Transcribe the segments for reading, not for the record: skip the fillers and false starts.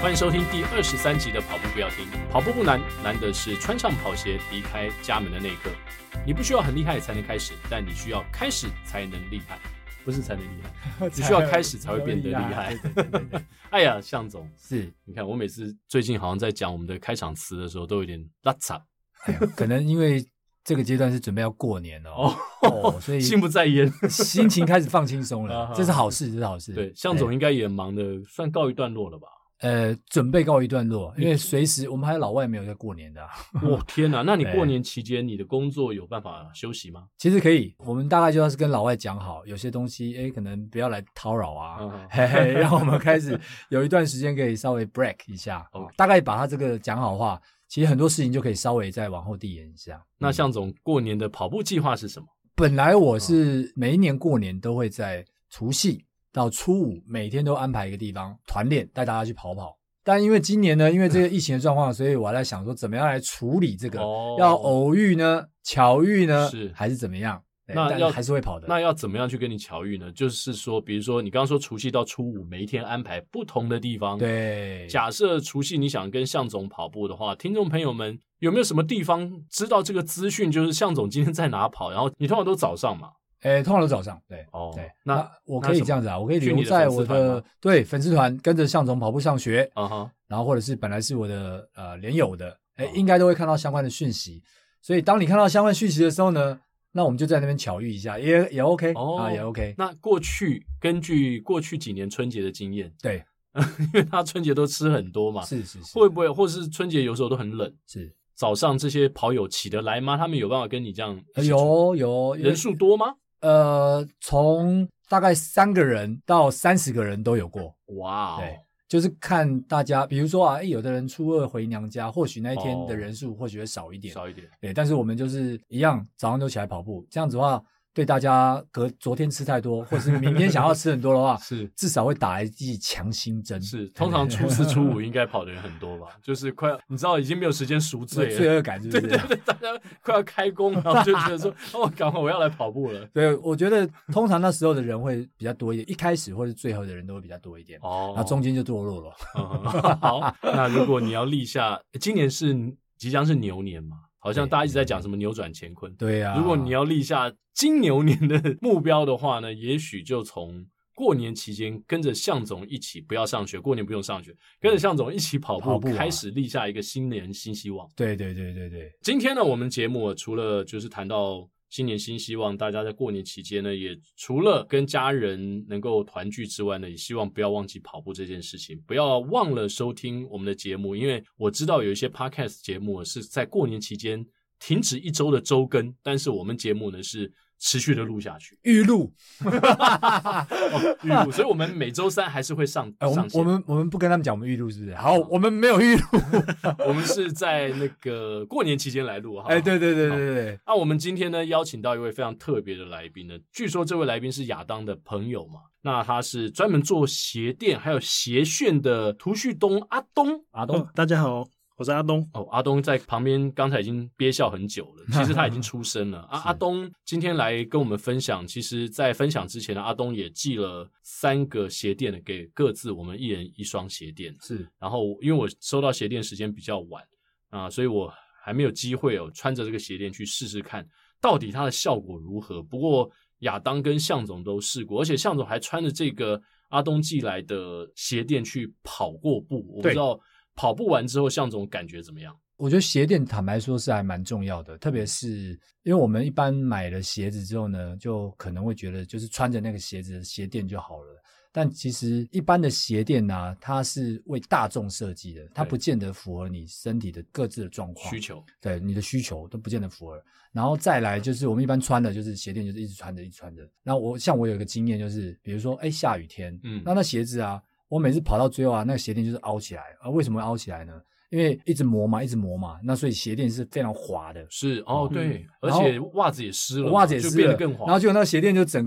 欢迎收听第23集的跑步不要停。跑步不难，难的是穿上跑鞋离开家门的那一刻。你不需要很厉害才能开始，但你需要开始才能厉害，不是才能厉害，你需要开始才会变得厉害。对哎呀，向总， 是你看我每次最近好像在讲我们的开场词的时候都有点拉杂。 可能因为这个阶段是准备要过年所以心不在焉， 心情开始放轻松了，这是好事，这是好事。 对，向总应该也忙得算告一段落了吧？ 准备告一段落，因为随时我们还有老外没有在过年的天哪，那你过年期间你的工作有办法休息吗？ 其实可以，我们大概就要是跟老外讲好，有些东西可能不要来叨扰让我们开始有一段时间可以稍微 break 一下大概把他这个讲好话，其实很多事情就可以稍微再往后递延一下。 那向总过年的跑步计划是什么？ 本来我是每一年过年都会在除夕到初五每天都安排一个地方团练，带大家去跑跑。但因为今年呢，因为这个疫情的状况，所以我在想说怎么样来处理这个要偶遇呢，巧遇呢，还是怎么样？但还是会跑的。 那要怎么样去跟你巧遇呢？就是说比如说你刚刚说除夕到初五每一天安排不同的地方。 对， 假设除夕你想跟向总跑步的话，听众朋友们有没有什么地方知道这个资讯，就是向总今天在哪跑，然后你通常都早上嘛？ 通常都早上，对对。那我可以这样子我可以留在我的粉丝团，跟着向总跑步上学然后或者是本来是我的连友的应该都会看到相关的讯息。所以当你看到相关讯息的时候呢，那我们就在那边巧遇一下，也 OK 也 OK。 那根据过去几年春节的经验， 对， 因为他春节都吃很多嘛， 是会不会或是春节有时候都很冷， 是早上这些跑友起得来吗？他们有办法跟你这样有人数多吗？ 从大概3个人到30个人都有过。 哇对，就是看大家，比如说有的人初二回娘家，或许那一天的人数或许会少一点，对，但是我们就是一样早上就起来跑步，这样子的话对大家昨天吃太多或是明天想要吃很多的话是至少会打一剂强心针。 是，通常初4初5应该跑的人很多吧，就是快你知道已经没有时间赎罪了， 罪恶感是不是？ 对，大家快要开工，然后就觉得说赶快我要来跑步了。 对，我觉得通常那时候的人会比较多一点，一开始或是最后的人都会比较多一点那中间就堕落了好，那如果你要立下今年即将是牛年嘛，好像大家一直在讲什么扭转乾坤。 对啊， 如果你要立下金牛年的目标的话呢，也许就从过年期间跟着向总一起，不要上学，过年不用上学，跟着向总一起跑步开始立下一个新年新希望。 对。 今天呢，我们节目除了就是谈到新年新希望，大家在过年期间呢，也除了跟家人能够团聚之外呢，也希望不要忘记跑步这件事情，不要忘了收听我们的节目，因为我知道有一些 podcast 节目是在过年期间停止1周的周更，但是我们节目呢是持续的录下去， 预录预录，所以我们每周3还是会上线。 我们不跟他们讲我们预录是不是？好，我们没有预录我们是在那个过年期间来录对。 那我们今天呢邀请到一位非常特别的来宾呢，据说这位来宾是亚当的朋友嘛，那他是专门做鞋垫还有鞋楦的涂旭东阿东。 大家好，我是阿东。 阿东在旁边刚才已经憋笑很久了，其实他已经出声了阿东今天来跟我们分享，其实在分享之前呢，阿东也寄了3个鞋垫给各自我们一人1双鞋垫。 是， 然后因为我收到鞋垫时间比较晚所以我还没有机会穿着这个鞋垫去试试看到底它的效果如何。不过亚当跟向总都试过，而且向总还穿着这个阿东寄来的鞋垫去跑过步，我不知道跑步完之后向总感觉怎么样？ 我觉得鞋垫坦白说是还蛮重要的，特别是因为我们一般买了鞋子之后呢，就可能会觉得就是穿着那个鞋子的鞋垫就好了，但其实一般的鞋垫它是为大众设计的，它不见得符合你身体的各自的状况需求， 对你的需求都不见得符合。然后再来就是我们一般穿的就是鞋垫就是一直穿着然后我有一个经验，就是比如说下雨天那鞋子我每次跑到最后那个鞋垫就是凹起来为什么会凹起来呢？因为一直磨嘛，那所以鞋垫是非常滑的。 是对，而且袜子也湿了， 袜子也湿了， 就变得更滑。 然后就那个鞋垫就整个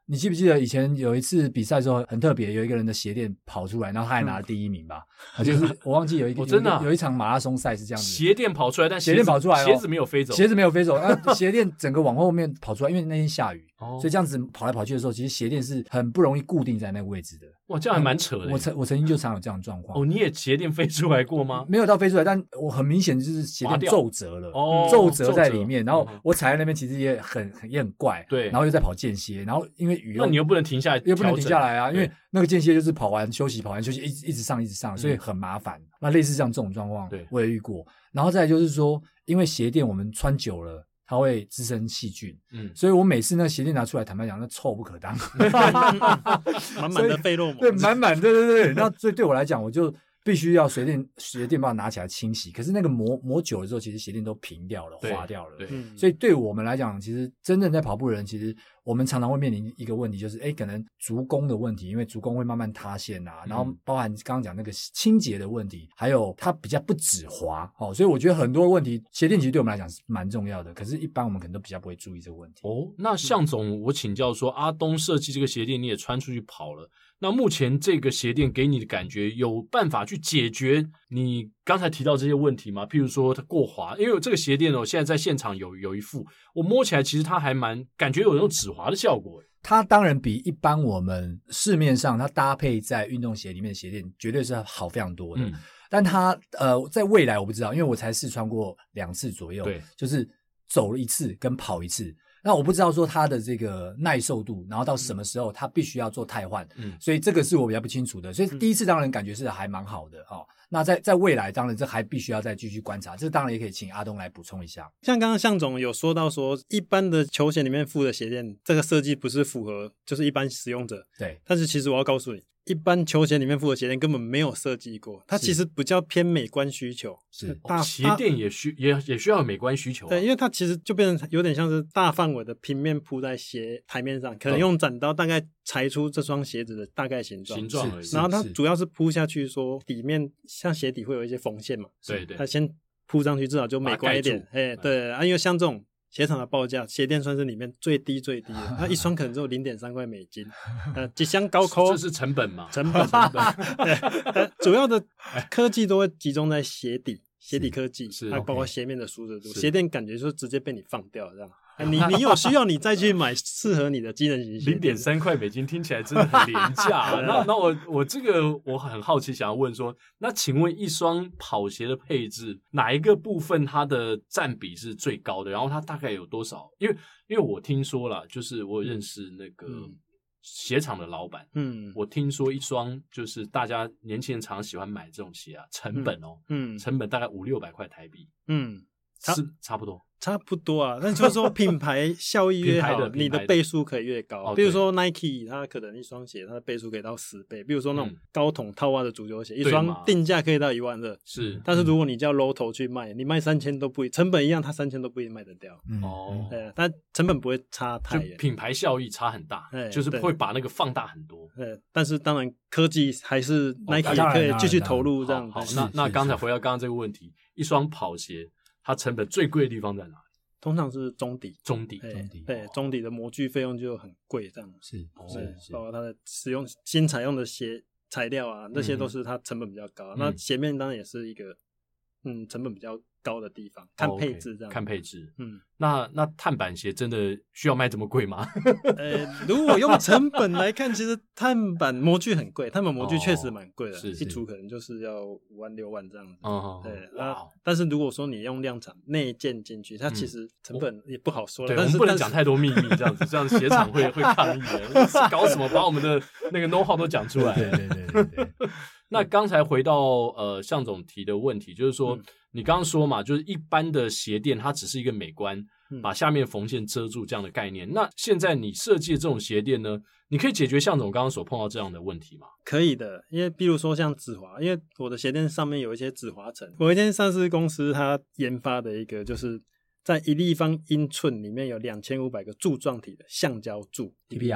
你记不记得以前有一次比赛的时候很特别，有一个人的鞋垫跑出来，然后他还拿了第1名吧？就是我忘记有一个真的有一场马拉松赛是这样子， 鞋垫跑出来，但鞋垫跑出来， 鞋子没有飞走， 鞋子没有飞走，那鞋垫整个往后面跑出来，因为那天下雨，所以这样子跑来跑去的时候，其实鞋垫是很不容易固定在那个位置的。 哇，这样还蛮扯的。 我曾经就常有这样的状况。 哦，你也鞋垫飞出来过吗？ 没有到飞出来，但我很明显就是鞋垫皱褶了，皱褶在里面，然后我踩在那边其实也很怪， 对， 然后又在跑间歇，然后因为雨， 那你又不能停下来， 又不能停下来啊，因为那个间歇就是跑完休息，一直上，所以很麻烦。那类似像这种状况，我也遇过。然后再来就是说，因为鞋垫我们穿久了，它会滋生细菌，所以我每次那鞋垫拿出来，坦白讲，那臭不可当， 满满的费洛蒙， 对，满满，对。那所以对我来讲，我就必须要鞋垫把它拿起来清洗。可是那个磨久了之后，其实鞋垫都平掉了，滑掉了。所以对我们来讲，其实真正在跑步的人，其实我们常常会面临一个问题，就是可能足弓的问题，因为足弓会慢慢塌陷啊，然后包含刚刚讲那个清洁的问题，还有它比较不止滑所以我觉得很多问题，鞋垫其实对我们来讲是蛮重要的，可是一般我们可能都比较不会注意这个问题。 那向总，我请教说，阿东设计这个鞋垫，你也穿出去跑了。那目前这个鞋垫给你的感觉有办法去解决你刚才提到这些问题吗？譬如说它过滑，因为这个鞋垫现在在现场有一副，我摸起来其实它还蛮感觉有那种止滑的效果。 它当然比一般我们市面上它搭配在运动鞋里面的鞋垫绝对是好非常多的。但它在未来我不知道，因为我才试穿过2次左右，对，就是走了1次跟跑1次。那我不知道说它的这个耐受度，然后到什么时候它必须要做汰换，所以这个是我比较不清楚的。所以第1次当然感觉是还蛮好的那在未来当然这还必须要再继续观察，这当然也可以请阿东来补充一下。 像刚刚向总有说到说，一般的球鞋里面附的鞋垫，这个设计不是符合就是一般使用者， 对。 但是其实我要告诉你，一般球鞋里面附的鞋垫根本没有设计过，它其实比较偏美观需求。 是鞋垫也需要有美观需求对，因为它其实就变成有点像是大范围的平面铺在鞋台面上，可能用斩刀大概裁出这双鞋子的大概形状而已。 然后它主要是铺下去说底面像鞋底会有一些缝线嘛， 对， 它先铺上去至少就美观一点。对因为像这种鞋厂的报价，鞋垫算是里面最低的，那一双可能只有 0.3 块美金，几箱高扣， 这是成本嘛？ 成本对，主要的科技都会集中在鞋底科技，还包括鞋面的舒适度，鞋垫感觉就直接被你放掉这样。你有需要你再去买适合你的机能型鞋垫。 0.3 块美金听起来真的很廉价那我这个我很好奇，想要问说，那请问一双跑鞋的配置哪一个部分它的占比是最高的？然后它大概有多少？因为我听说啦，就是我认识那个鞋厂的老板，我听说一双就是大家年轻人常喜欢买这种鞋成本成本大概500-600块台币，是差不多啊，但就是说品牌效益越好，你的倍数可以越高。比如说 Nike， 它可能一双鞋它的倍数可以到10倍。比如说那种高筒套袜的足球鞋，一双定价可以到12000，是。但是如果你叫 Lotto 去卖，你卖3000都不，成本一样，它3000都不一定卖得掉。对，但成本不会差太远， 品牌效益差很大，就是会把那个放大很多。 但是当然科技还是 Nike 也可以继续投入这样。 好，那刚才回到刚刚这个问题，一双跑鞋它成本最贵的地方在哪里？ 通常是中底， 对， 中底的模具费用就很贵，这样是， 包括它的使用新采用的鞋材料啊，那些都是它成本比较高。那鞋面当然也是一个成本比较高的地方，看配置这样。 看配置，那碳板鞋真的需要卖这么贵吗？ 如果用成本来看，其实碳板模具很贵，碳板模具确实蛮贵的，一组可能就是要5万6万这样子。对，但是如果说你用量产内建进去，它其实成本也不好说了。 对，我们不能讲太多秘密，这样子，这样鞋厂会抗议的。搞什么把我们的那个 know how 都讲出来？ 对。 那刚才回到向总提的问题，就是说你刚刚说嘛，就是一般的鞋垫它只是一个美观，把下面缝线遮住这样的概念。那现在你设计的这种鞋垫呢，你可以解决向总刚刚所碰到这样的问题吗？ 可以的，因为比如说像止滑，因为我的鞋垫上面有一些止滑层，我一间上市公司它研发的一个就是在1立方英寸里面有2500个柱状体的橡胶柱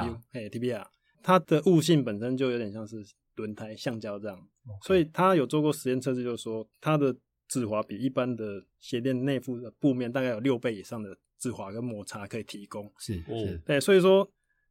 TPR， 它的物性本身就有点像是轮胎橡胶这样，所以他有做过实验测试，就是说它的止滑比一般的鞋垫内附的布面大概有6倍以上的止滑跟摩擦可以提供。 是， 对，所以说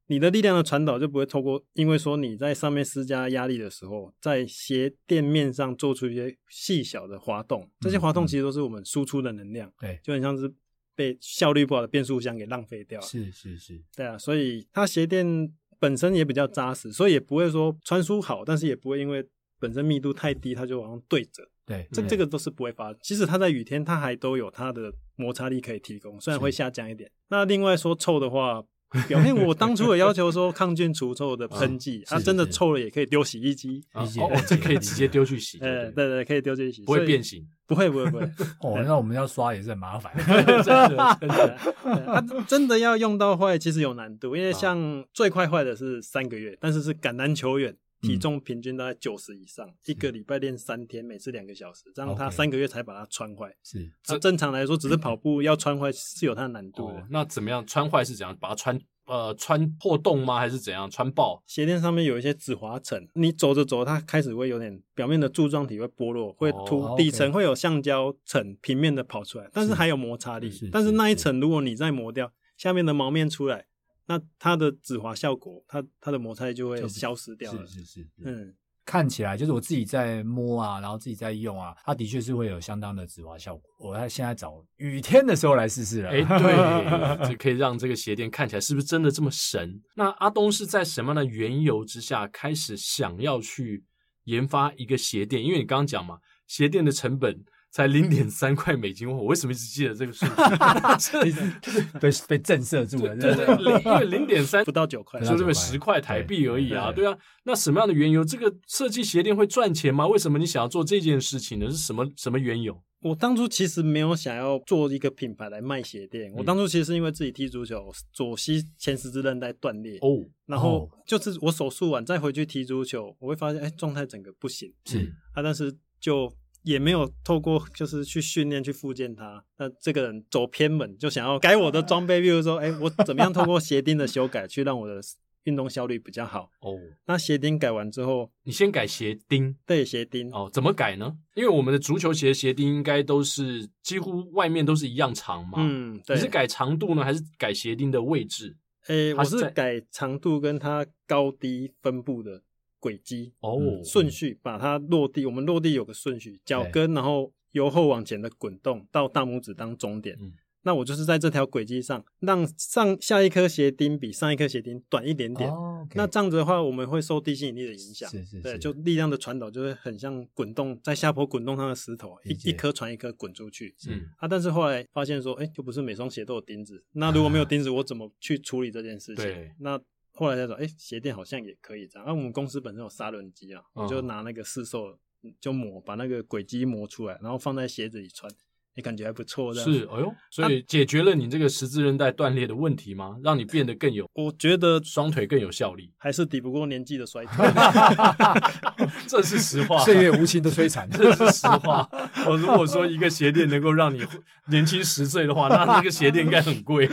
你的力量的传导就不会透过，因为说你在上面施加压力的时候，在鞋垫面上做出一些细小的滑动，这些滑动其实都是我们输出的能量， 对， 就很像是被效率不好的变速箱给浪费掉了。 是， 对啊，所以它鞋垫本身也比较扎实，所以也不会说穿舒好，但是也不会因为本身密度太低，它就往上对折。 对， 这个都是不会发生。即使它在雨天，它还都有它的摩擦力可以提供，虽然会下降一点。那另外说臭的话，表面我当初有要求说抗菌除臭的喷剂，它真的臭了也可以丢洗衣机。 这可以直接丢去洗。 对，可以丢去洗， 不会变形。 不会。 那我们要刷也是很麻烦。 真的，它真的要用到坏，其实有难度，因为像最快坏的是3个月，但是是橄榄球员。体重平均大概90以上，一个礼拜练3天，每次2个小时，这样他3个月才把它穿坏。 是， 那正常来说，只是跑步要穿坏是有它的难度的。 那怎么样穿坏是怎样？把它穿破洞吗？还是怎样穿爆？ 鞋垫上面有一些紫滑层，你走着走，它开始会有点表面的柱状体会剥落，会凸底层会有橡胶层平面的跑出来，但是还有摩擦力。但是那一层如果你再磨掉，下面的毛面出来。那它的止滑效果，它的摩擦力就会消失掉了。 是，看起来就是我自己在摸啊，然后自己在用啊，它的确是会有相当的止滑效果。我现在找雨天的时候来试试了。 对，这可以让这个鞋垫看起来是不是真的这么神？那阿东是在什么样的缘由之下开始想要去研发一个鞋垫？因为你刚刚讲嘛，鞋垫的成本才0.3块美金，我为什么一直记得这个数字？被震慑住了， 对，因为0.3 不到9块， 就这么10块台币而已啊，对啊。那什么样的缘由？这个设计鞋垫会赚钱吗？为什么你想要做这件事情呢？是什么缘由？ 我当初其实没有想要做一个品牌来卖鞋垫，我当初其实是因为自己踢足球，左膝前十字韧带断裂然后就是我手术完再回去踢足球，我会发现状态整个不行，但是就也没有透过就是去训练去复健它，那这个人走偏门就想要改我的装备，比如说我怎么样透过鞋钉的修改去让我的运动效率比较好。那鞋钉改完之后， 你先改鞋钉？ 对，鞋钉。 怎么改呢？因为我们的足球鞋鞋钉应该都是几乎外面都是一样长嘛。对。你是改长度呢，还是改鞋钉的位置？ 我是改长度跟它高低分布的轨迹顺序，把它落地，我们落地有个顺序，脚跟然后由后往前的滚动到大拇指当终点。那我就是在这条轨迹上让下一颗鞋钉比上一颗鞋钉短一点点。那这样子的话我们会受地心引力的影响，对，就力量的传导就会很像滚动在下坡滚动上的石头，一颗传一颗滚出去。但是后来发现说就不是每双鞋都有钉子，那如果没有钉子我怎么去处理这件事情？那后来才说鞋垫好像也可以这样。我们公司本身有砂轮机我就拿那个市售就把那个轨迹磨出来，然后放在鞋子里穿，感觉还不错。 是，所以解决了你这个十字韧带断裂的问题吗？让你变得更有， 我觉得双腿更有效力， 还是抵不过年纪的衰退。 这是实话， 岁月无情的摧残， 这是实话。我如果说一个鞋垫能够让你年轻10岁的话，那个鞋垫应该很贵，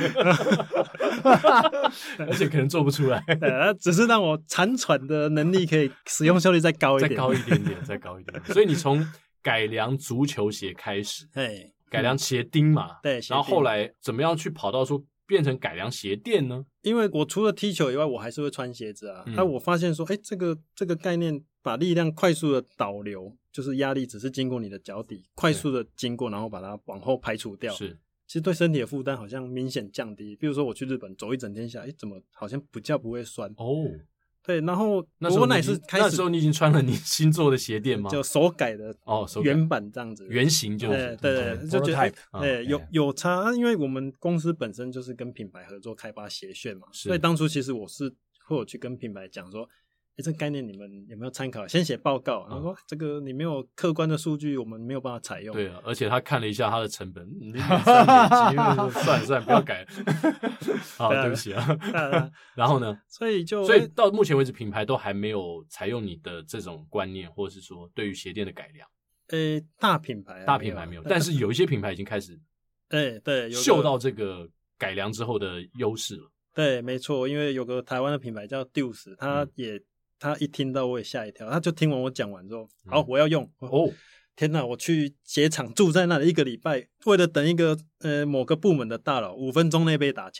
而且可能做不出来。 只是让我铲喘的能力可以使用效率再高一点， 再高一点。所以你从改良足球鞋开始，改良鞋钉嘛， 对， 然后后来怎么样去跑到说变成改良鞋垫呢？ 因为我除了踢球以外，我还是会穿鞋子啊。我发现说，这个概念把力量快速的导流，就是压力只是经过你的脚底，快速的经过，然后把它往后排除掉。 是， 其实对身体的负担好像明显降低。比如说我去日本走一整天下来，怎么好像比较不会酸对，然后那时候你已经穿了你新做的鞋垫吗？ 就手改的原版这样子， 原型就是对，就觉得有差。因为我们公司本身就是跟品牌合作开发鞋楦嘛，所以当初其实我是会有去跟品牌讲说，这概念你们有没有参考？先写报告，然后说这个你没有客观的数据，我们没有办法采用。 对啊，而且他看了一下他的成本，0.3美金，算了，不要改了。好，对不起啊。然后呢？所以到目前为止，品牌都还没有采用你的这种观念，或者是说对于鞋垫的改良。 大品牌没有，但是有一些品牌已经开始， 对， 嗅到这个改良之后的优势了。 对，没错，因为有个台湾的品牌叫 Deuce， 他一听到我也吓一跳，他就听完我讲完之后，好，我要用。天哪！我去鞋厂住在那里1个礼拜，为了等一个某个部门的大佬5分钟内被打枪。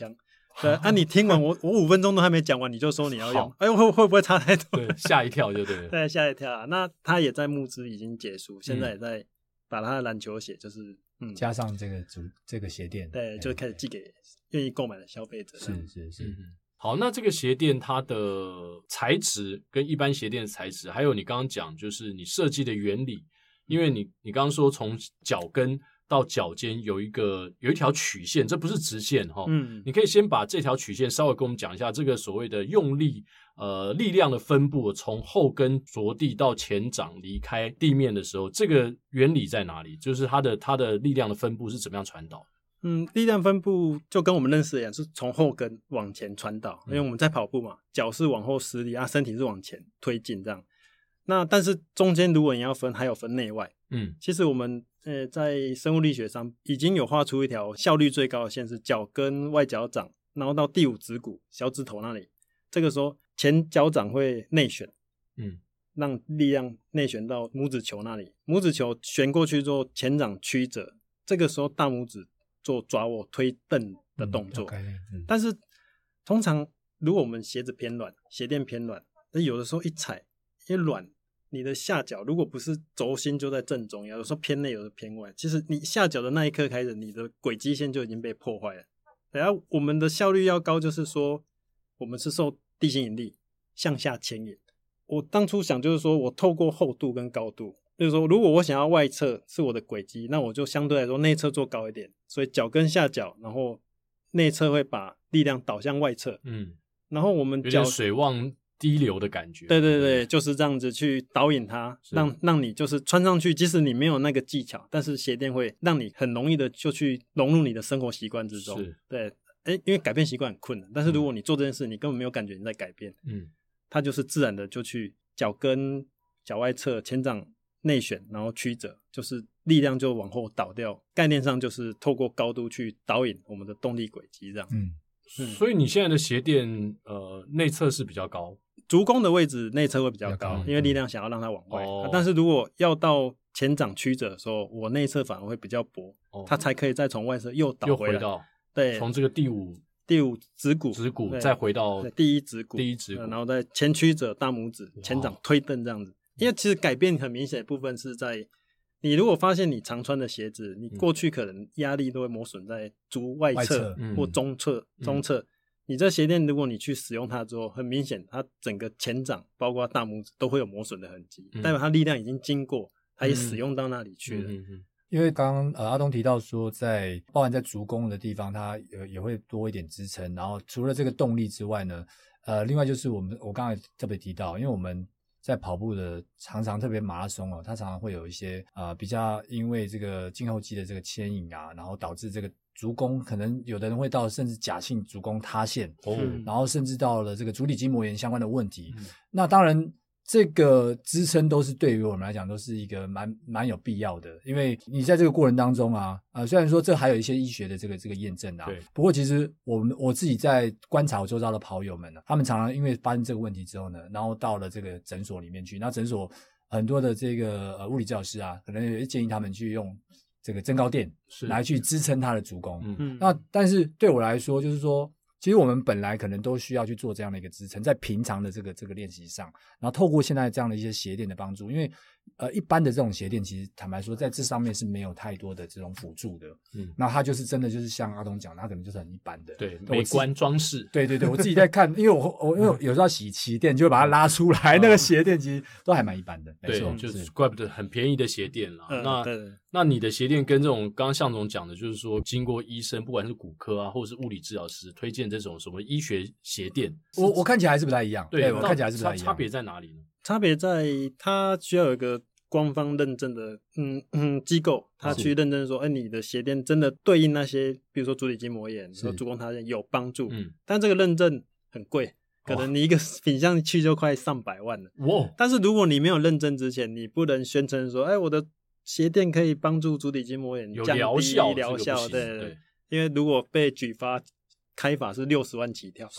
对啊，你听完我5分钟都还没讲完，你就说你要用，哎，会不会差太多？ 对，吓一跳就对了。 对，吓一跳啊！那他也在募资已经结束，现在也在把他的篮球鞋就是加上这个鞋垫， 对，就开始寄给愿意购买的消费者。 是。 好，那这个鞋垫它的材质跟一般鞋垫的材质，还有你刚刚讲就是你设计的原理，因为你刚刚说从脚跟到脚尖有一条曲线，这不是直线哈。你可以先把这条曲线稍微跟我们讲一下，这个所谓的用力力量的分布，从后跟着地到前掌离开地面的时候，这个原理在哪里？就是它的力量的分布是怎么样传导？ 力量分布就跟我们认识的一样，是从后跟往前传导，因为我们在跑步嘛，脚是往后施力啊，身体是往前推进这样。那但是中间如果你要分，还有分内外。其实我们在生物力学上已经有画出一条效率最高的线，是脚跟外脚掌，然后到第5指骨小指头那里，这个时候前脚掌会内旋，让力量内旋到拇指球那里，拇指球旋过去之后，前掌曲折，这个时候大拇指做抓握推蹬的动作。但是通常如果我们鞋子偏软，鞋垫偏软，那有的时候一踩因为软，你的下脚如果不是轴心就在正中央，有时候偏内有的偏外，其实你下脚的那一刻开始，你的轨迹线就已经被破坏了。然后我们的效率要高，就是说我们是受地心引力向下牵引。我当初想就是说我透过厚度跟高度，就是说如果我想要外侧是我的轨迹，那我就相对来说内侧做高一点，所以脚跟下脚，然后内侧会把力量导向外侧，然后我们脚有点水往低流的感觉。 对，就是这样子去导引它，让你就是穿上去，即使你没有那个技巧，但是鞋垫会让你很容易的就去融入你的生活习惯之中。对，因为改变习惯很困难，但是如果你做这件事，你根本没有感觉你在改变，它就是自然的就去脚跟脚外侧前掌内旋，然后曲折，就是力量就往后倒掉。概念上就是透过高度去导引我们的动力轨迹这样。 所以你现在的鞋垫内侧是比较高， 足弓的位置内侧会比较高，因为力量想要让它往外。但是如果要到前掌曲折的时候，我内侧反而会比较薄，它才可以再从外侧又倒回来。对， 从这个第五指骨再回到第一指骨，然后再前曲折大拇指前掌推蹬这样子。因为其实改变很明显的部分是在你如果发现你常穿的鞋子，你过去可能压力都会磨损在足外侧或中侧，你这鞋垫如果你去使用它之后，很明显它整个前掌包括大拇指都会有磨损的痕迹，代表它力量已经经过，它也使用到那里去了。 因为刚刚阿东提到说包含在足弓的地方它也会多一点支撑，然后除了这个动力之外呢另外就是我刚才特别提到，因为我们在跑步的常常特别马拉松它常常会有一些比较因为这个胫后肌的这个牵引然后导致这个足弓可能有的人会到甚至假性足弓塌陷然后甚至到了这个足底筋膜炎相关的问题。那当然这个支撑都是对于我们来讲都是一个蛮有必要的，因为你在这个过程当中虽然说这还有一些医学的这个验证不过其实我自己在观察我周遭的跑友们他们常常因为发生这个问题之后呢，然后到了这个诊所里面去，那诊所很多的这个物理治疗师可能也建议他们去用这个增高垫来去支撑他的足弓。那但是对我来说就是说其实我们本来可能都需要去做这样的一个支撑，在平常的这个练习上，然后透过现在这样的一些鞋垫的帮助，因为一般的这种鞋垫其实坦白说在这上面是没有太多的这种辅助的那它就是真的就是像阿东讲它可能就是很一般的对美观装饰。 对我自己在看因为我有时候要洗鞋垫就会把它拉出来那个鞋垫其实都还蛮一般的。 对，就是怪不得很便宜的鞋垫啦。那你的鞋垫跟这种刚刚向总讲的就是说经过医生不管是骨科或者是物理治疗师推荐这种什么医学鞋垫， 我看起来还是不太一样。对，我看起来还是不太一样。 差别在哪里呢？ 差别在它需要有一个官方认证的机构，它去认证说你的鞋垫真的对应那些比如说足底筋膜炎和足弓塌陷有帮助。但这个认证很贵，可能你一个品项去就快上百万了。但是如果你没有认证之前，你不能宣称说我的鞋垫可以帮助足底筋膜炎有降低疗效。 对，因为如果被举发开法是60万起跳。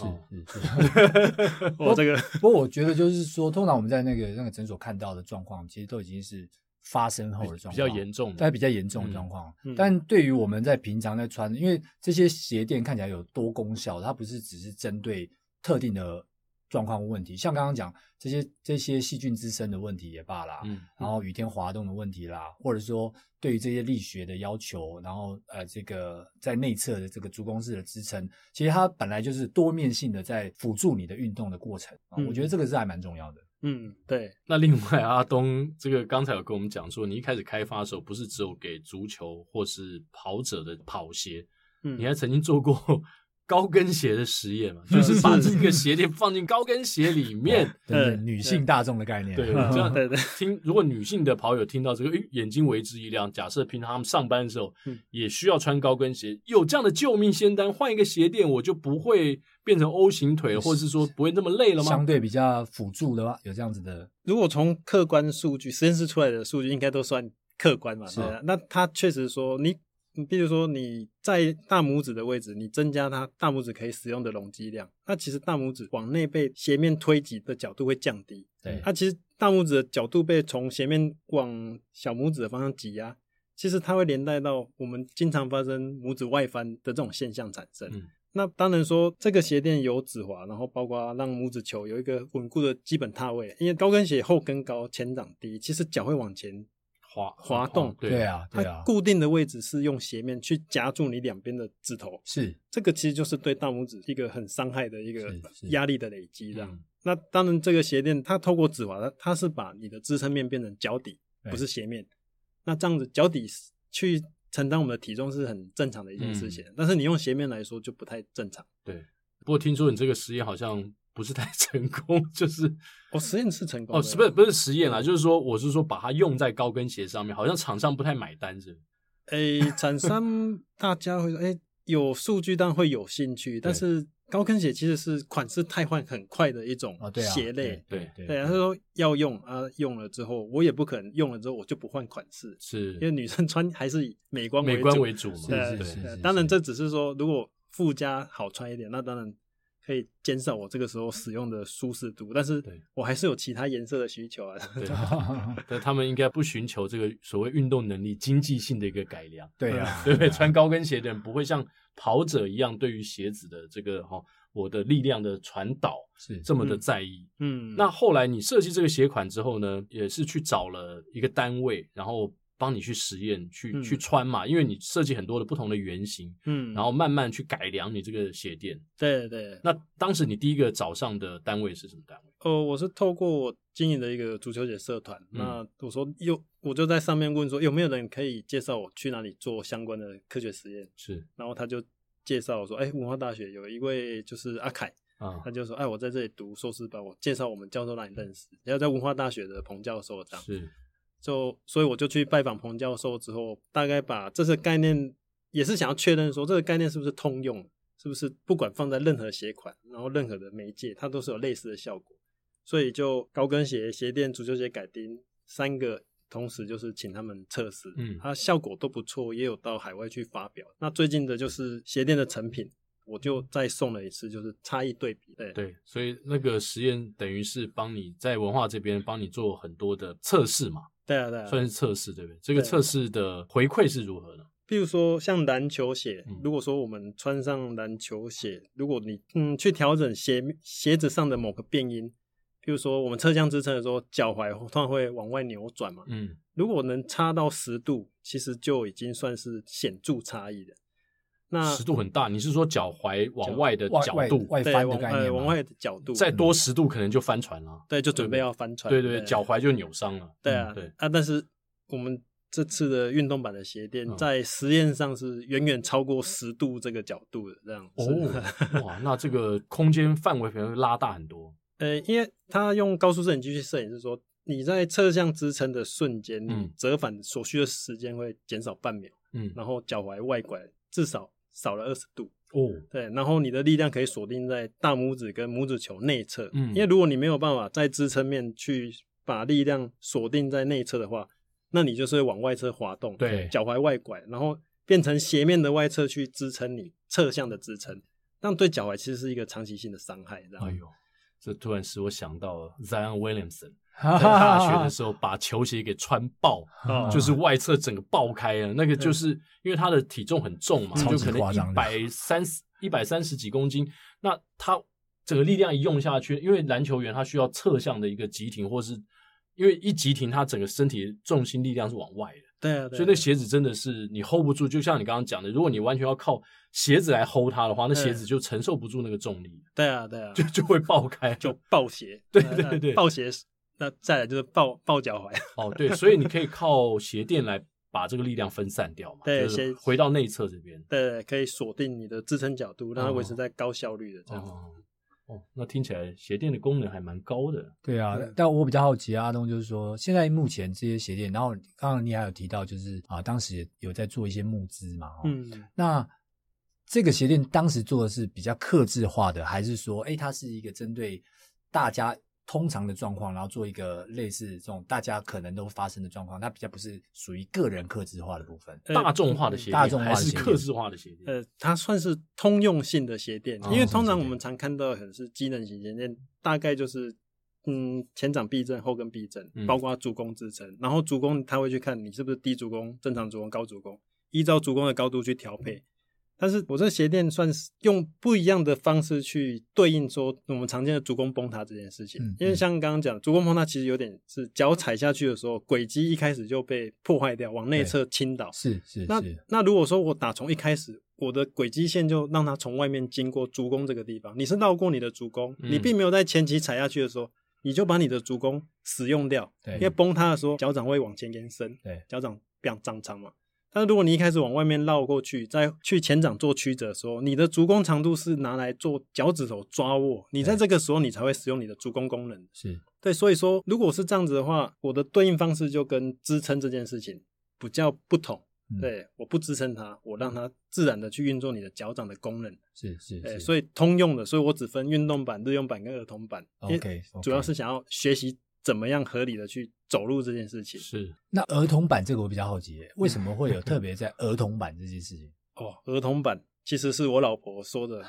不过我觉得就是说通常我们在那个诊所看到的状况其实都已经是发生后的状况， 比较严重的， 在比较严重的状况。但对于我们在平常在穿，因为这些鞋垫看起来有多功效，它不是只是针对特定的状况问题，像刚刚讲这些细菌滋生的问题也罢啦，然后雨天滑动的问题啦，或者说对于这些力学的要求，然后这个在内侧的这个足弓式的支撑，其实它本来就是多面性的在辅助你的运动的过程我觉得这个是还蛮重要的。 对。 那另外阿东这个刚才有跟我们讲说，你一开始开发的时候不是只有给足球或是跑者的跑鞋，你还曾经做过高跟鞋的实验嘛，就是把这个鞋垫放进高跟鞋里面， 对女性大众的概念。 对，这样如果女性的跑友听到这个，眼睛为之一亮。假设平常他们上班的时候也需要穿高跟鞋，有这样的救命仙丹，换一个鞋垫我就不会变成 O 型腿，或者是说不会那么累了吗？ 相对比较辅助的话，有这样子的。 如果从客观数据，实验室出来的数据应该都算客观嘛，对。那他确实说比如说你在大拇指的位置，你增加它大拇指可以使用的容积量，那其实大拇指往内被鞋面推挤的角度会降低。 对， 它其实大拇指的角度被从鞋面往小拇指的方向挤压，其实它会连带到我们经常发生拇指外翻的这种现象产生。那当然说这个鞋垫有止滑，然后包括让拇指球有一个稳固的基本踏位，因为高跟鞋后跟高前掌低，其实脚会往前滑动。 对啊， 它固定的位置是用鞋面去夹住你两边的指头， 是这个其实就是对大拇指一个很伤害的一个压力的累积这样。那当然这个鞋垫它透过止滑，它是把你的支撑面变成脚底，不是鞋面。那这样子脚底去承担我们的体重是很正常的一件事情，但是你用鞋面来说就不太正常。 对，不过听说你这个实验好像不是太成功，就是实验是成功的不是实验啦，就是说我是说把它用在高跟鞋上面，好像厂商不太买单是。 厂商大家会说有数据当然会有兴趣，但是高跟鞋其实是款式汰换很快的一种鞋类。 对， 他说要用用了之后我也不可能用了之后我就不换款式， 是因为女生穿还是以美观为主嘛。 对，当然这只是说如果附加好穿一点，那当然可以减少我这个时候使用的舒适度，但是我还是有其他颜色的需求啊。 但他们应该不寻求这个所谓运动能力经济性的一个改良。 对啊， 对不对？穿高跟鞋的人不会像跑者一样对于鞋子的这个我的力量的传导是这么的在意。那后来你设计这个鞋款之后呢，也是去找了一个单位，然后帮你去实验去穿嘛，因为你设计很多的不同的原型，然后慢慢去改良你这个鞋垫。 对。 那当时你第一个找上的单位是什么单位？ 我是透过我经营的一个足球鞋社团，那我说我就在上面问说有没有人可以介绍我去哪里做相关的科学实验。 是， 然后他就介绍我说文化大学有一位就是阿凯，他就说我在这里读硕士班，我介绍我们教授让你认识，然后在文化大学的彭教授这样。 是。 所以我就去拜访彭教授之后，大概把这个概念也是想要确认说这个概念是不是通用，是不是不管放在任何鞋款，然后任何的媒介它都是有类似的效果。所以就高跟鞋、鞋垫、足球鞋改钉3个同时就是请他们测试，它效果都不错，也有到海外去发表。那最近的就是鞋垫的成品，我就再送了一次，就是差异对比。 对，所以那个实验等于是帮你在文化这边帮你做很多的测试嘛。 对啊， 算是测试，对不对？这个测试的回馈是如何呢？ 比如说像篮球鞋，如果说我们穿上篮球鞋，如果你去调整鞋子上的某个变因，比如说我们侧向支撑的时候，脚踝通常会往外扭转嘛，如果能差到10度，其实就已经算是显著差异的。那 10度很大，你是说脚踝往外的角度， 外翻的概念吗？ 往外的角度， 再多10度可能就翻船了。 对，就准备要翻船。 对，脚踝就扭伤了。 对啊，但是我们这次的运动版的鞋垫在实验上是远远超过10度这个角度的，这样。 哇，那这个空间范围可能会拉大很多。 因为它用高速摄影机去摄影，是说你在侧向支撑的瞬间，你折返所需的时间会减少半秒，然后脚踝外拐至少少了20度。对，然后你的力量可以锁定在大拇指跟拇指球内侧，因为如果你没有办法在支撑面去把力量锁定在内侧的话，那你就是会往外侧滑动， 对， 脚踝外拐，然后变成鞋面的外侧去支撑你侧向的支撑，那对脚踝其实是一个长期性的伤害。 哎呦，这突然使我想到了 Zion Williamson。 在大学的时候把球鞋给穿爆，就是外侧整个爆开了。那个就是因为他的体重很重嘛，就可能130几公斤，那他整个力量一用下去，因为篮球员他需要侧向的一个急停，或是因为一急停，他整个身体的重心力量是往外的。 对啊， 所以那鞋子真的是你 hold 不住，就像你刚刚讲的，如果你完全要靠鞋子来 hold 它的话，那鞋子就承受不住那个重力。 对啊， 就会爆开， 就爆鞋。 对， 爆鞋，那再来就是爆脚踝。 对，所以你可以靠鞋垫来把这个力量分散掉嘛， 对， 就是回到内侧这边。 对，可以锁定你的支撑角度，让它维持在高效率的这样。 那听起来鞋垫的功能还蛮高的。 对啊，但我比较好奇阿东，就是说现在目前这些鞋垫，然后刚刚你还有提到就是当时有在做一些募资嘛，那这个鞋垫当时做的是比较客制化的，还是说它是一个针对大家通常的状况，然后做一个类似这种大家可能都发生的状况，它比较不是属于个人客制化的部分， 大众化的鞋垫还是客制化的鞋垫？ 它算是通用性的鞋垫，因为通常我们常看到的可能是机能型鞋垫，大概就是前掌避震、后跟避震，包括足弓支撑，然后足弓他会去看你是不是低足弓、正常足弓、高足弓，依照足弓的高度去调配。但是我这个鞋垫算是用不一样的方式去对应说我们常见的足弓崩塌这件事情，因为像刚刚讲足弓崩塌其实有点是脚踩下去的时候轨迹一开始就被破坏掉，往内侧倾倒。 是那如果说我打从一开始我的轨迹线就让它从外面经过足弓这个地方，你是绕过你的足弓，你并没有在前期踩下去的时候你就把你的足弓使用掉，因为崩塌的时候脚掌会往前延伸，脚掌比较长长嘛。但是如果你一开始往外面绕过去，再去前掌做曲折的时候，你的足弓长度是拿来做脚趾头抓握，你在这个时候你才会使用你的足弓功能。 是对，所以说如果是这样子的话，我的对应方式就跟支撑这件事情比较不同。对，我不支撑它，我让它自然的去运作你的脚掌的功能。 是所以通用的，所以我只分运动版、日用版跟儿童版。 OK， 主要是想要学习怎么样合理的去走路这件事情。 是， 那儿童版这个我比较好奇，为什么会有特别在儿童版这件事情？ 儿童版其实是我老婆说的。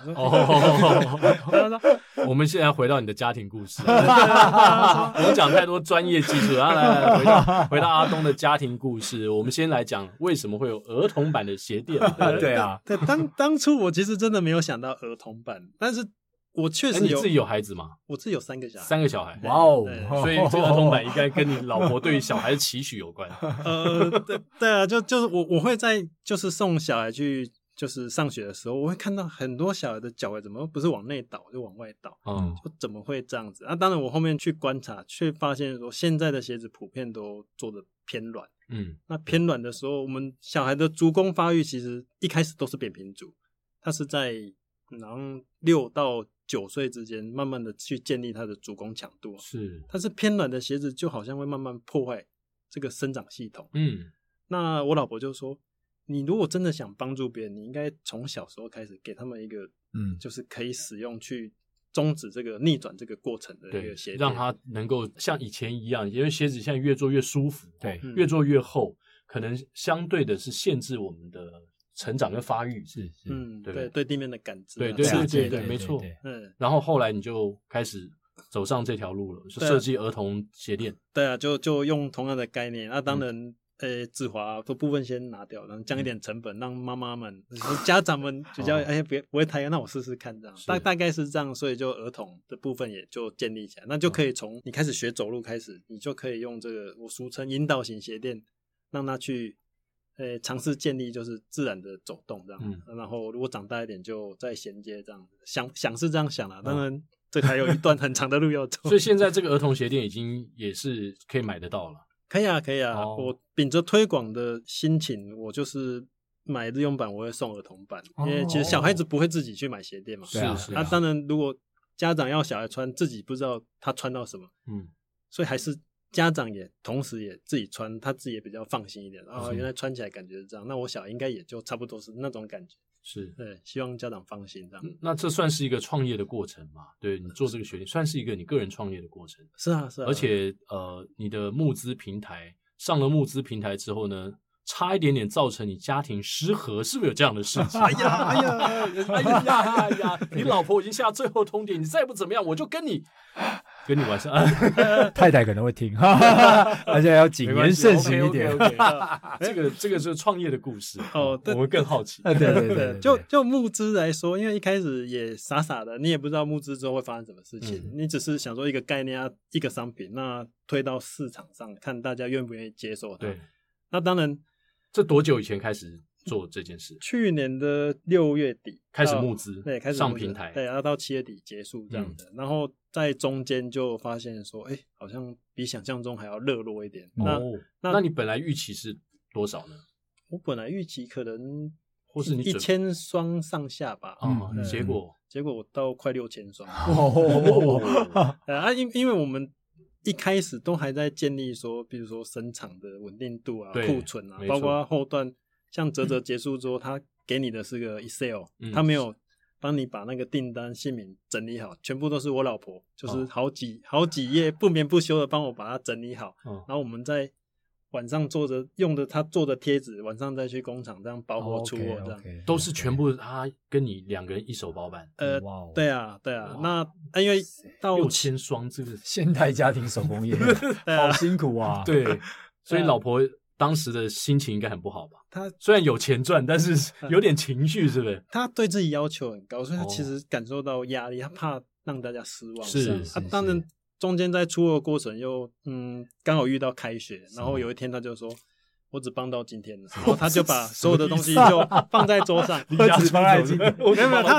我们现在回到你的家庭故事，我讲太多专业技术，然后来回到阿东的家庭故事。我们先来讲为什么会有儿童版的鞋垫。 对啊， 对，当初我其实真的没有想到儿童版，但是我确实有。 你自己有孩子吗？ 我自己有3个小孩。 3个小孩， 哇哦！ 所以这个儿童版应该跟你老婆对于小孩的期许有关。 对啊，就是我会在就是送小孩去就是上学的时候，我会看到很多小孩的脚踝怎么不是往内倒就往外倒，就怎么会这样子？当然我后面去观察，却发现说现在的鞋子普遍都做的偏软。那偏软的时候，我们小孩的足弓发育其实一开始都是扁平足，它是在然后6到9岁之间慢慢的去建立它的足弓强度。 是， 但是偏软的鞋子就好像会慢慢破坏这个生长系统。那我老婆就说，你如果真的想帮助别人，你应该从小时候开始给他们一个就是可以使用去终止这个逆转这个过程的一个鞋垫， 让它能够像以前一样，因为鞋子现在越做越舒服，对，越做越厚，可能相对的是限制我们的成长跟发育。是对地面的感知。 对，没错。然后后来你就开始走上这条路了，设计儿童鞋垫。对啊，就用同样的概念。当然止滑的部分先拿掉，然后降一点成本，让妈妈们家长们比较不会太那我试试看这样。大概是这样，所以就儿童的部分也就建立起来，那就可以从你开始学走路开始，你就可以用这个我俗称引导型鞋垫，让他去尝试建立就是自然的走动这样。然后如果长大一点就再衔接这样，想是这样想啦，当然这还有一段很长的路要走。 所以现在这个儿童鞋垫已经也是可以买得到了。 可以啊，我秉着推广的心情，我就是买日用版我会送儿童版，因为其实小孩子不会自己去买鞋垫嘛。 是。 当然如果家长要小孩穿，自己不知道他穿到什么，所以还是家长也同时也自己穿，他自己也比较放心一点。原来穿起来感觉是这样，那我小孩应该也就差不多是那种感觉。 是， 对，希望家长放心这样。 那这算是一个创业的过程嘛？对，你做这个鞋垫算是一个你个人创业的过程。 是啊。 而且你的募资平台上了募资平台之后呢，差一点点造成你家庭失和，是不是有这样的事情？哎呀，你老婆已经下最后通牒，你再不怎么样，我就跟你跟你晚上太太可能会听，而且要谨言慎行一点。 这个是创业的故事哦， 我们更好奇。 对， 就募资来说，因为一开始也傻傻的，你也不知道募资之后会发生什么事情，你只是想说一个概念一个商品，那推到市场上看大家愿不愿意接受它。 对， 那当然， 这多久以前开始做这件事？ 去年的6月底开始募资， 对，开始上平台， 对，然后到7月底结束这样的。然后在中间就发现说，好像比想象中还要热络一点。 那你本来预期是多少呢？ 我本来预期可能或是你 1000双上下吧。 结果我到快6000双。因为我们一开始都还在建立说，比如说生产的稳定度啊、库存啊，包括后段像嘖结束之后，他给你的是个 Excel，他没有帮你把那个订单姓名整理好，全部都是我老婆，就是好几页不眠不休的帮我把它整理好，然后我们在晚上用的他做的贴纸，晚上再去工厂这样包货出货，这样都是全部他跟你2个人一手包办。 对啊，那因为到 6000双，这个现代家庭手工业好辛苦啊。 对，所以老婆当时的心情应该很不好吧？他虽然有钱赚，但是有点情绪，是不是？ 他对自己要求很高，所以他其实感受到压力，他怕让大家失望。 是当然中间在出货过程又刚好遇到开学，然后有一天他就说，我只帮到今天了，然后他就把所有的东西就放在桌上， 我只帮到今天， 没有他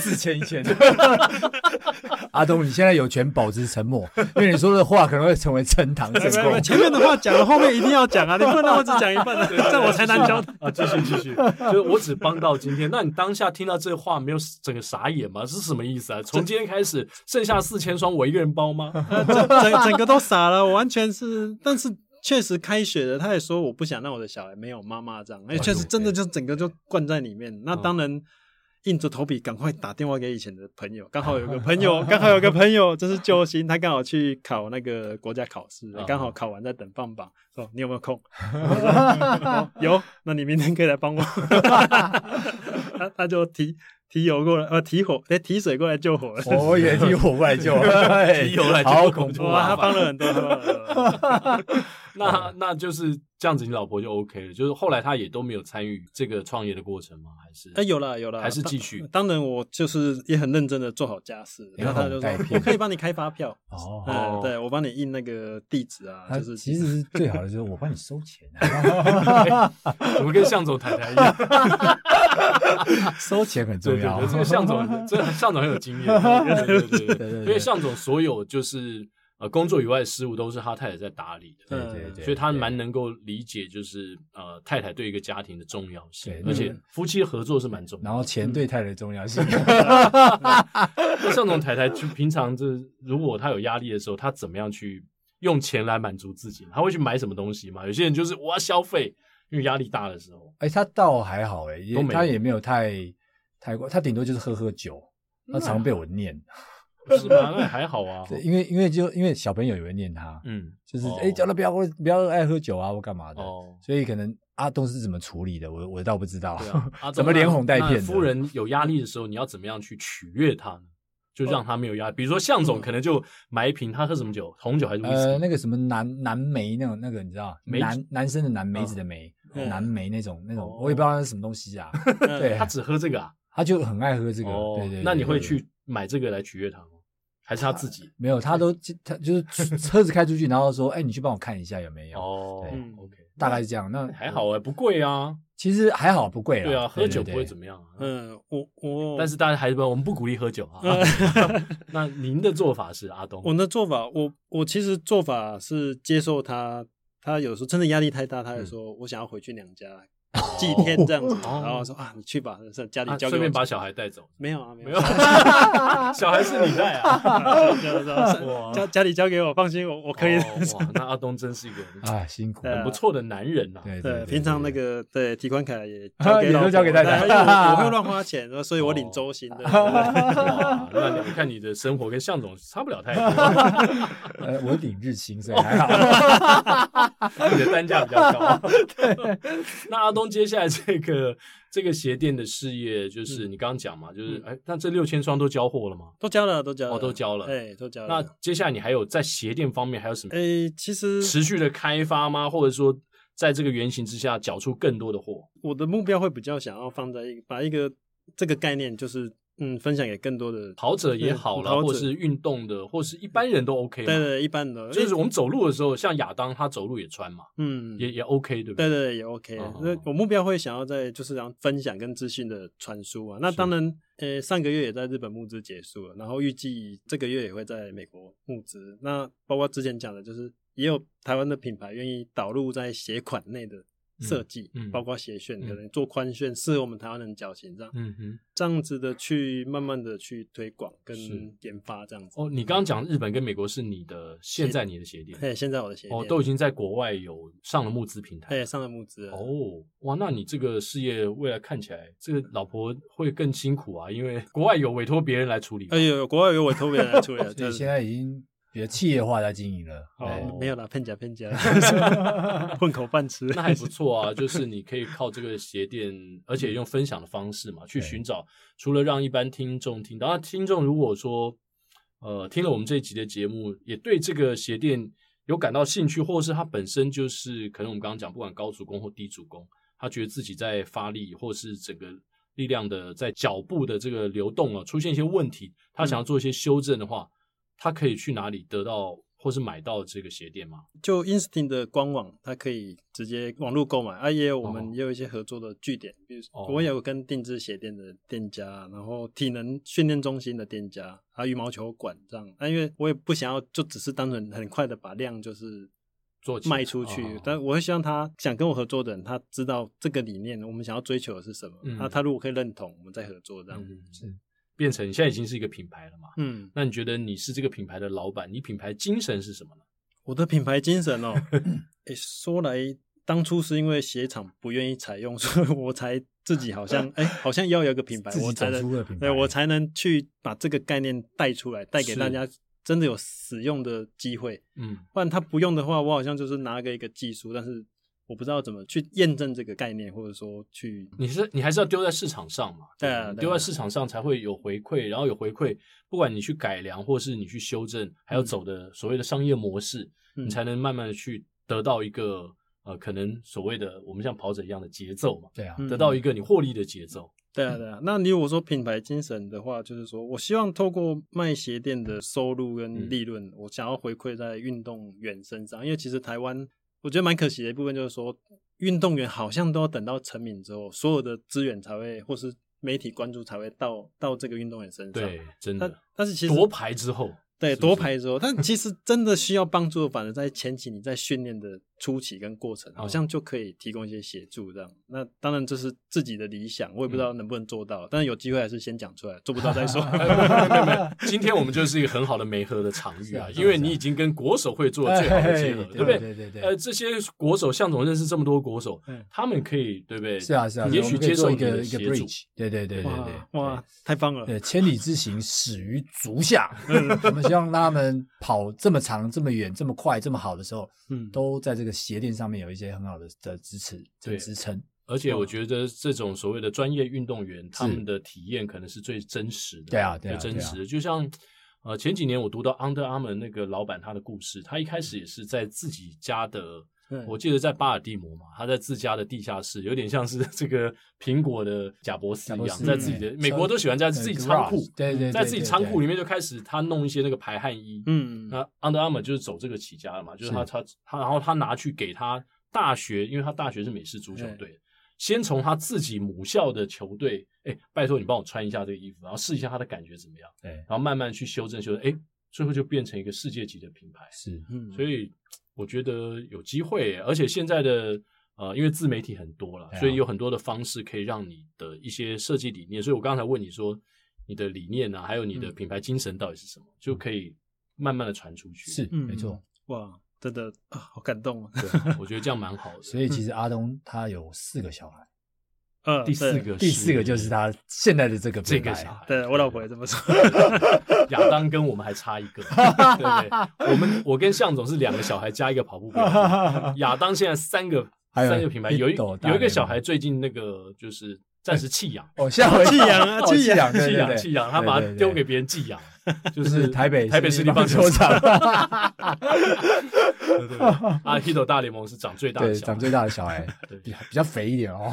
4000。阿东，你现在有权保持沉默，因为你说的话可能会成为呈堂证供。 前面的话讲了，后面一定要讲啊，你不能让我只讲一半啊，这样我才难交代啊。继续，就是我只帮到今天。那你当下听到这话，没有整个傻眼吗？是什么意思啊？从今天开始，剩下4000双我一个人包吗？ 整个都傻了，我完全是，但是。确实开学了，他也说我不想让我的小孩没有妈妈这样，确实真的就整个就灌在里面。那当然硬着头皮赶快打电话给以前的朋友，刚好有个朋友这是救星，他刚好去考那个国家考试，刚好考完在等放榜，说你有没有空？有，那你明天可以来帮我。他就提油过来，提水过来救火了。 我也提火过来救， 提油来救， 好恐怖啊！他帮了很多。 那就是这样子，你老婆就 OK 了。就是后来她也都没有参与这个创业的过程吗？还是有了， 还是继续？ 当然，我就是也很认真的做好家事。然后他就说，我可以帮你开发票。对，我帮你印那个地址啊。就是其实是最好的，就是我帮你收钱。 我们跟向总太太一样， 收钱很重要。 这个向总很有经验。对，因为向总所有就是工作以外的事务都是他太太在打理的，对，所以他蛮能够理解，就是太太对一个家庭的重要性，而且夫妻合作是蛮重要的， 然后钱对太太的重要性。 那向总太太就平常如果他有压力的时候，他怎么样去用钱来满足自己？他会去买什么东西吗？有些人就是我要消费，因为压力大的时候。 他倒还好他也没有太过，他顶多就是喝酒，他常被我念。 是吗？那还好啊。 对，因为小朋友也会念他，就是叫他不要爱喝酒啊或干嘛的，所以可能阿东是怎么处理的，我倒不知道。怎么连哄带骗的？ 夫人有压力的时候，你要怎么样去取悦他呢？就让他没有压力。比如说向总可能就买一瓶，他喝什么酒？红酒还是威士忌？ 那个什么蓝莓那个你知道？男生的蓝梅子的梅，蓝莓那种，我也不知道那是什么东西啊。对， 他只喝这个啊， 他就很爱喝这个。对。 那你会去买这个来取悦他吗？还是他自己？ 没有，他就是车子开出去，然后说：“你去帮我看一下有没有。”对 ，OK， 大概是这样。那还好不贵啊。 其实还好，不贵啦。 对啊，喝酒不会怎么样啊。但是大家还是我们不鼓励喝酒啊。那您的做法是阿东？ 我的做法，我其实做法是接受他有时候真的压力太大，他就说我想要回去娘家。祭天这样子，然后说你去吧，家里交给我， 顺便把小孩带走。 没有， 小孩是你带啊？ 家里交给我，放心，我可以。 哇，那阿东真是一个辛苦， 很不错的男人呐。 对，平常那个提款卡也交给太太， 我会乱花钱，所以我领周薪的。 那你看你的生活跟向总差不了太多。 我领日薪，所以还好。 你的单价比较高。对。那阿东中接下来这个鞋店的事业，就是你刚刚讲嘛，就是那这6000双都交货了吗？ 都交了。都交了。都交了。 那接下来你还有在鞋店方面还有什么？ 其实持续的开发吗？或者说在这个原型之下缴出更多的货？ 我的目标会比较想要放在把这个概念就是分享给更多的跑者也好啦，或是运动的，或是一般人都 OK 嘛。 对，一般的， 就是我们走路的时候，像亚当他走路也穿嘛，也 OK， 对不对？ 对，也 OK。那我目标会想要在就是让分享跟资讯的传输啊。那当然，上个月也在日本募资结束了，然后预计这个月也会在美国募资。那包括之前讲的，就是也有台湾的品牌愿意导入在鞋款内的设计，包括鞋楦，可能做宽楦，适合我们台湾人脚型这样，这样子的去慢慢的去推广跟研发这样子。 你刚刚讲日本跟美国是现在你的鞋店， 现在我的鞋店都已经在国外有上了募资平台， 上了募资了。 哇，那你这个事业未来看起来，这个老婆会更辛苦啊，因为国外有委托别人来处理， 国外有委托别人来处理， 所以现在已经比较企业化在经营了。 没有啦，骗假混口饭吃。 那还不错啊，就是你可以靠这个鞋店，而且用分享的方式嘛，去寻找除了让一般听众听到，那听众如果说听了我们这一集的节目，也对这个鞋店有感到兴趣，或是他本身就是可能我们刚刚讲不管高足弓或低足弓，他觉得自己在发力或是整个力量的在脚步的这个流动出现一些问题，他想要做一些修正的话，他可以去哪里得到或是买到这个鞋店吗？ 就 Instinct 的官网，它可以直接网络购买我们也有一些合作的据点，比如我也有跟定制鞋店的店家，然后体能训练中心的店家，还有羽毛球馆这样。因为我也不想要就只是单纯很快的把量就是卖出去，但我会希望他想跟我合作的人，他知道这个理念我们想要追求的是什么，他如果可以认同，我们再合作这样。 是变成你现在已经是一个品牌了嘛？那你觉得你是这个品牌的老板，你品牌精神是什么呢？ 我的品牌精神说来当初是因为鞋厂不愿意采用，所以我才自己好像要有一个品牌，我才能去把这个概念带出来，带给大家真的有使用的机会。不然他不用的话，我好像就是拿一个技术，但是我不知道怎么去验证这个概念，或者说去你还是要丢在市场上嘛？对啊，丢在市场上才会有回馈，然后有回馈，不管你去改良或是你去修正，还有走的所谓的商业模式，你才能慢慢的去得到一个可能所谓的我们像跑者一样的节奏嘛。 对啊， 得到一个你获利的节奏。 对啊。那你如果说品牌精神的话，就是说我希望透过卖鞋店的收入跟利润，我想要回馈在运动员身上，因为其实台湾我觉得蛮可惜的一部分就是说，运动员好像都要等到成名之后，所有的资源才会或是媒体关注才会到这个运动员身上。 对，真的。 但是其实夺牌之后， 对，夺牌之后，但其实真的需要帮助的，反而在前期你在训练的初期跟过程，好像就可以提供一些协助这样。那当然这是自己的理想，我也不知道能不能做到，但是有机会还是先讲出来，做不到再说。 没，今天我们就是一个很好的媒合的场域啊，因为你已经跟国手会做最好的结合，对不对？对。这些国手，向总认识这么多国手，他们可以对不对？ 是啊， 也许接受一个协助。 对。 哇，太棒了！ 对，千里之行始于足下。我们希望他们跑这么长、这么远、这么快、这么好的时候，都在这个鞋垫上面有一些很好的支持、支撑。 而且我觉得这种所谓的专业运动员，他们的体验可能是最真实的。 对啊， 最真实的。就像前几年我读到 Under Armour 那个老板他的故事，他一开始也是在自己家的。我记得在巴尔的摩嘛，他在自家的地下室，有点像是这个苹果的贾伯斯一样，在自己的美国都喜欢在自己仓库， 对， 在自己仓库里面就开始他弄一些那个排汗衣，那 Under Armour 就是走这个起家的嘛，就是他然后他拿去给他大学，因为他大学是美式足球队，先从他自己母校的球队，拜托你帮我穿一下这个衣服，然后试一下他的感觉怎么样，然后慢慢去修正，最后就变成一个世界级的品牌， 是， 所以。我觉得有机会，而且现在的因为自媒体很多了，所以有很多的方式可以让你的一些设计理念。所以我刚才问你说，你的理念啊，还有你的品牌精神到底是什么，就可以慢慢的传出去。 是，没错。 哇，真的好感动啊！ 对，我觉得这样蛮好的。 所以其实阿东他有4个小孩。 第四个就是他现在的这个小孩， 对我老婆也这么说。 亚当跟我们还差一个，对，我跟向总是2个小孩加一个跑步表弟，亚当现在3个 3个品牌，有一个小孩最近那个就是暂时弃养， 下回弃养啊， 弃养，他把它丢给别人寄养，就是台北市立棒球场。 对 ，Hito 大联盟是长最大的小孩， 长最大的小孩，比较肥一点哦。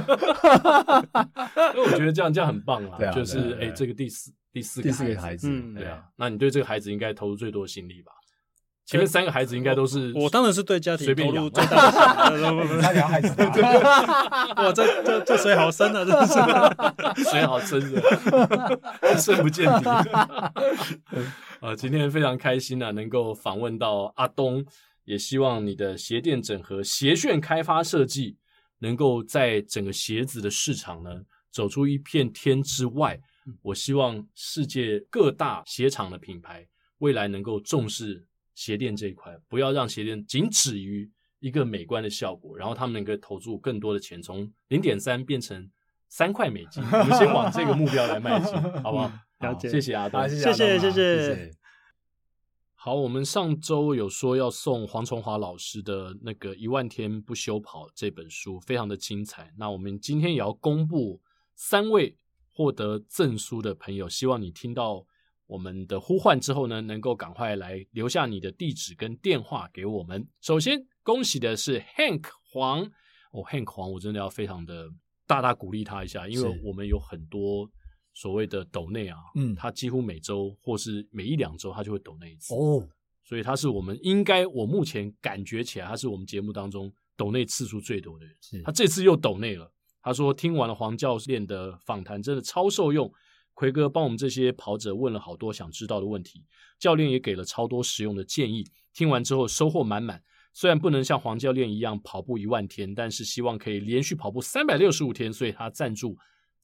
因为我觉得这样很棒啊，就是这个第四个孩子，对啊，那你对这个孩子应该投入最多的心力吧？前面3个孩子应该都是我当然是对家庭投入最大的心力， 他聊孩子， 哇，这水好深啊，真是水好深的，深不见底。今天非常开心啊，能够访问到阿东，也希望你的鞋店整合、鞋楦开发设计，能够在整个鞋子的市场呢走出一片天之外。我希望世界各大鞋厂的品牌未来能够重视鞋店这一块，不要让鞋店仅止于一个美观的效果，然后他们能够投注更多的钱，从 0.3 变成3块美金，我们先往这个目标来迈进，好不好？ 了解， 谢谢阿东， 谢谢。 好，我们上周有说要送黄崇华老师的那个1万天不休跑这本书，非常的精彩。那我们今天也要公布3位获得证书的朋友，希望你听到我们的呼唤之后呢，能够赶快来留下你的地址跟电话给我们。首先恭喜的是 Hank 黄，Hank 黄我真的要非常的大鼓励他一下，因为我们有很多所谓的抖内啊，他几乎每周或是每1-2周他就会抖内一次所以他是我们我目前感觉起来他是我们节目当中抖内次数最多的人，他这次又抖内了。他说听完了黄教练的访谈真的超受用，奎哥帮我们这些跑者问了好多想知道的问题，教练也给了超多实用的建议，听完之后收获满满。虽然不能像黄教练一样跑步1万天，但是希望可以连续跑步365天，所以他赞助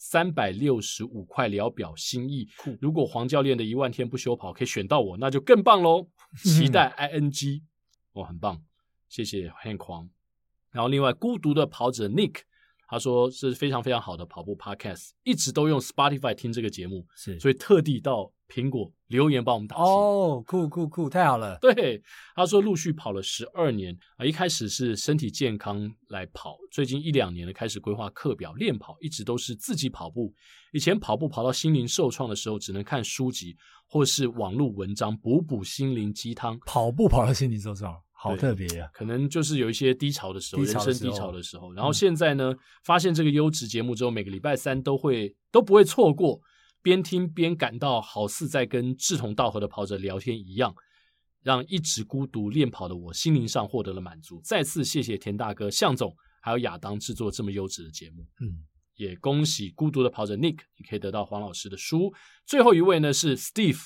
365块聊表心意。如果黄教练的1万天不休跑可以选到我，那就更棒咯。期待 ING 很棒，谢谢 Hank 黄。然后另外孤独的跑者 Nick，他说是非常非常好的跑步 podcast， 一直都用 Spotify 听这个节目，所以特地到苹果留言帮我们打气。 酷，太好了。 对，他说陆续跑了12年一开始是身体健康来跑，最近1-2年开始规划课表练跑，一直都是自己跑步。以前跑步跑到心灵受创的时候，只能看书籍或是网络文章补心灵鸡汤。 跑步跑到心灵受创，好特别啊！ 可能就是有一些低潮的时候，人生低潮的时候。然后现在呢，发现这个优质节目之后，每个礼拜3都不会错过，边听边感到好似在跟志同道合的跑者聊天一样，让一直孤独练跑的我心灵上获得了满足。再次谢谢田大哥、向总还有亚当制作这么优质的节目。也恭喜孤独的跑者 Nick， 你可以得到黄老师的书。最后一位呢是 Steve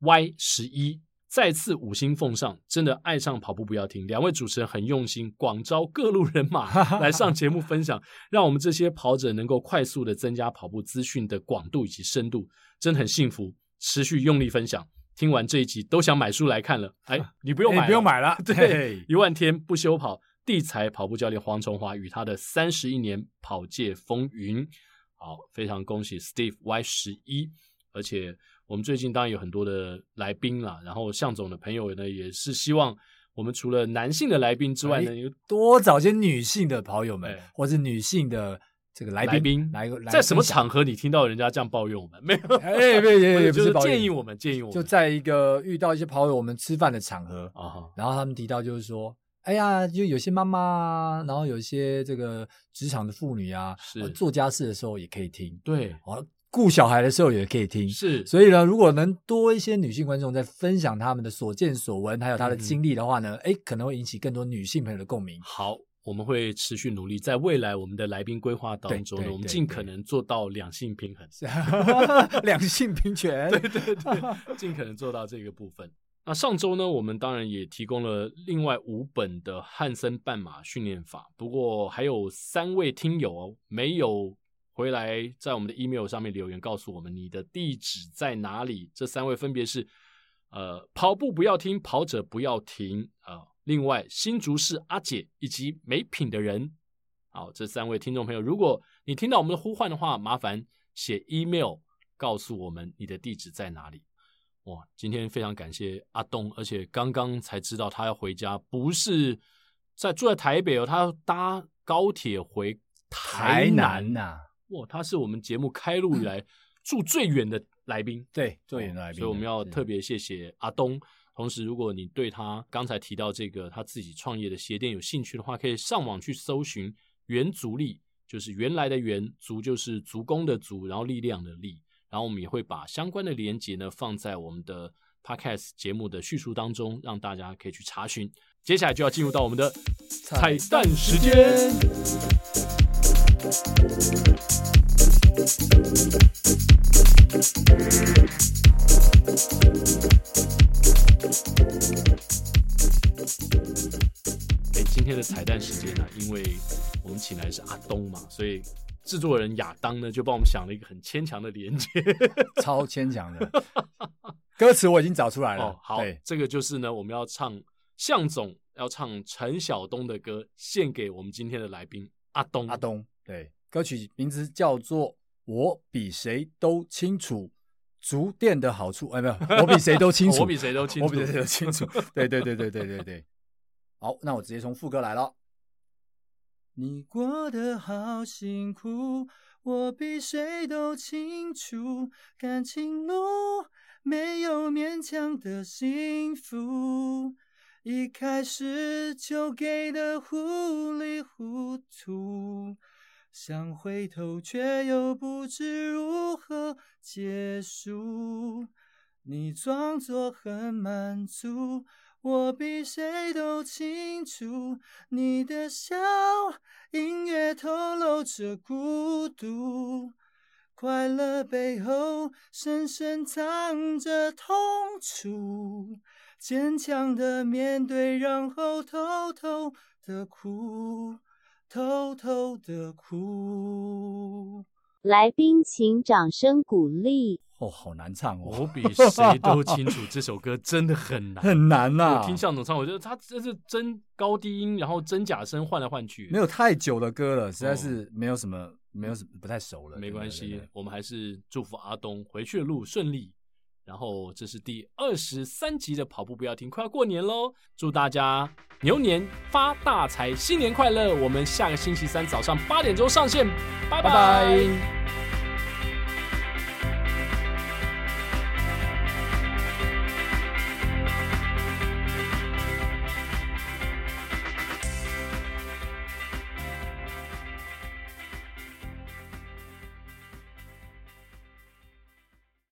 Y11，再次5星奉上，真的爱上跑步不要停。2位主持人很用心，广招各路人马来上节目分享，让我们这些跑者能够快速的增加跑步资讯的广度以及深度，真的很幸福。持续用力分享，听完这一集都想买书来看了。你不用买了， 不用买了。 对，1万天不休跑，地才跑步教练黄崇华与他的31年跑界风云。好，非常恭喜 Steve Y11， 而且我们最近当然有很多的来宾啦，然后向总的朋友呢也是希望我们除了男性的来宾之外呢， 多找些女性的跑友们，或是女性的这个来宾来在什么场合你听到人家这样抱怨我们？没有， 就是建议我们， 就在一个遇到一些跑友我们吃饭的场合然后他们提到就是说，哎呀，就有些妈妈然后有一些这个职场的妇女做家事的时候也可以听， 对， 顾小孩的时候也可以听， 是， 所以呢，如果能多一些女性观众在分享他们的所见所闻，还有他的经历的话呢，可能会引起更多女性朋友的共鸣。 好，我们会持续努力，在未来我们的来宾规划当中呢，我们尽可能做到两性平衡， 两性平权， 对，尽可能做到这个部分。那上周呢，我们当然也提供了另外5本的汉森半马训练法，不过还有3位听友没有回来在我们的 email 上面留言告诉我们你的地址在哪里。这3位分别是跑步不要听，跑者不要停另外新竹市阿姐以及没品的人。好，这3位听众朋友，如果你听到我们的呼唤的话，麻烦写 email 告诉我们你的地址在哪里。哇，今天非常感谢阿东，而且刚刚才知道他要回家，不是住在台北他要搭高铁回台南呐。 哇，他是我们节目开录以来住最远的来宾。 对，最远的来宾。 所以我们要特别谢谢阿东。同时，如果你对他刚才提到这个他自己创业的鞋店有兴趣的话，可以上网去搜寻原足力，就是原来的原，足就是足弓的足，然后力量的力。然后我们也会把相关的连结呢放在我们的 Podcast 节目的叙述当中，让大家可以去查询。接下来就要进入到我们的彩蛋时间。今天的彩蛋时间呢，因为我们请来的是阿东嘛，所以制作人亚当呢就帮我们想了一个很牵强的连结， 超牵强的歌词我已经找出来了。 好，这个就是呢，我们要唱向总要唱陈晓东的歌，献给我们今天的来宾阿东。 阿东，对，歌曲名字叫做《我比谁都清楚足垫的好处》。没有，我比谁都清楚， 我比谁都清楚， 我比谁都清楚。对。好，那我直接从副歌来了。你过得好辛苦，我比谁都清楚，感情路没有勉强的幸福，一开始就给的糊里糊涂，想回头却又不知如何结束，你装作很满足，我比谁都清楚，你的笑隐约透露着孤独，快乐背后深深藏着痛楚，坚强的面对，然后偷偷的哭，偷偷的哭。 来宾请掌声鼓励。 好难唱哦！ 我比谁都清楚，这首歌真的很难， 很难啊！ 我听向总唱，我觉得他真是真高低音，然后真假声换来换去， 没有太久的歌了，实在是没有什么不太熟了。 没关系，我们还是祝福阿东回去的路顺利。然后这是第23集的跑步不要停，快要过年咯，祝大家牛年发大财，新年快乐！我们下个星期三早上8点钟上线，拜拜。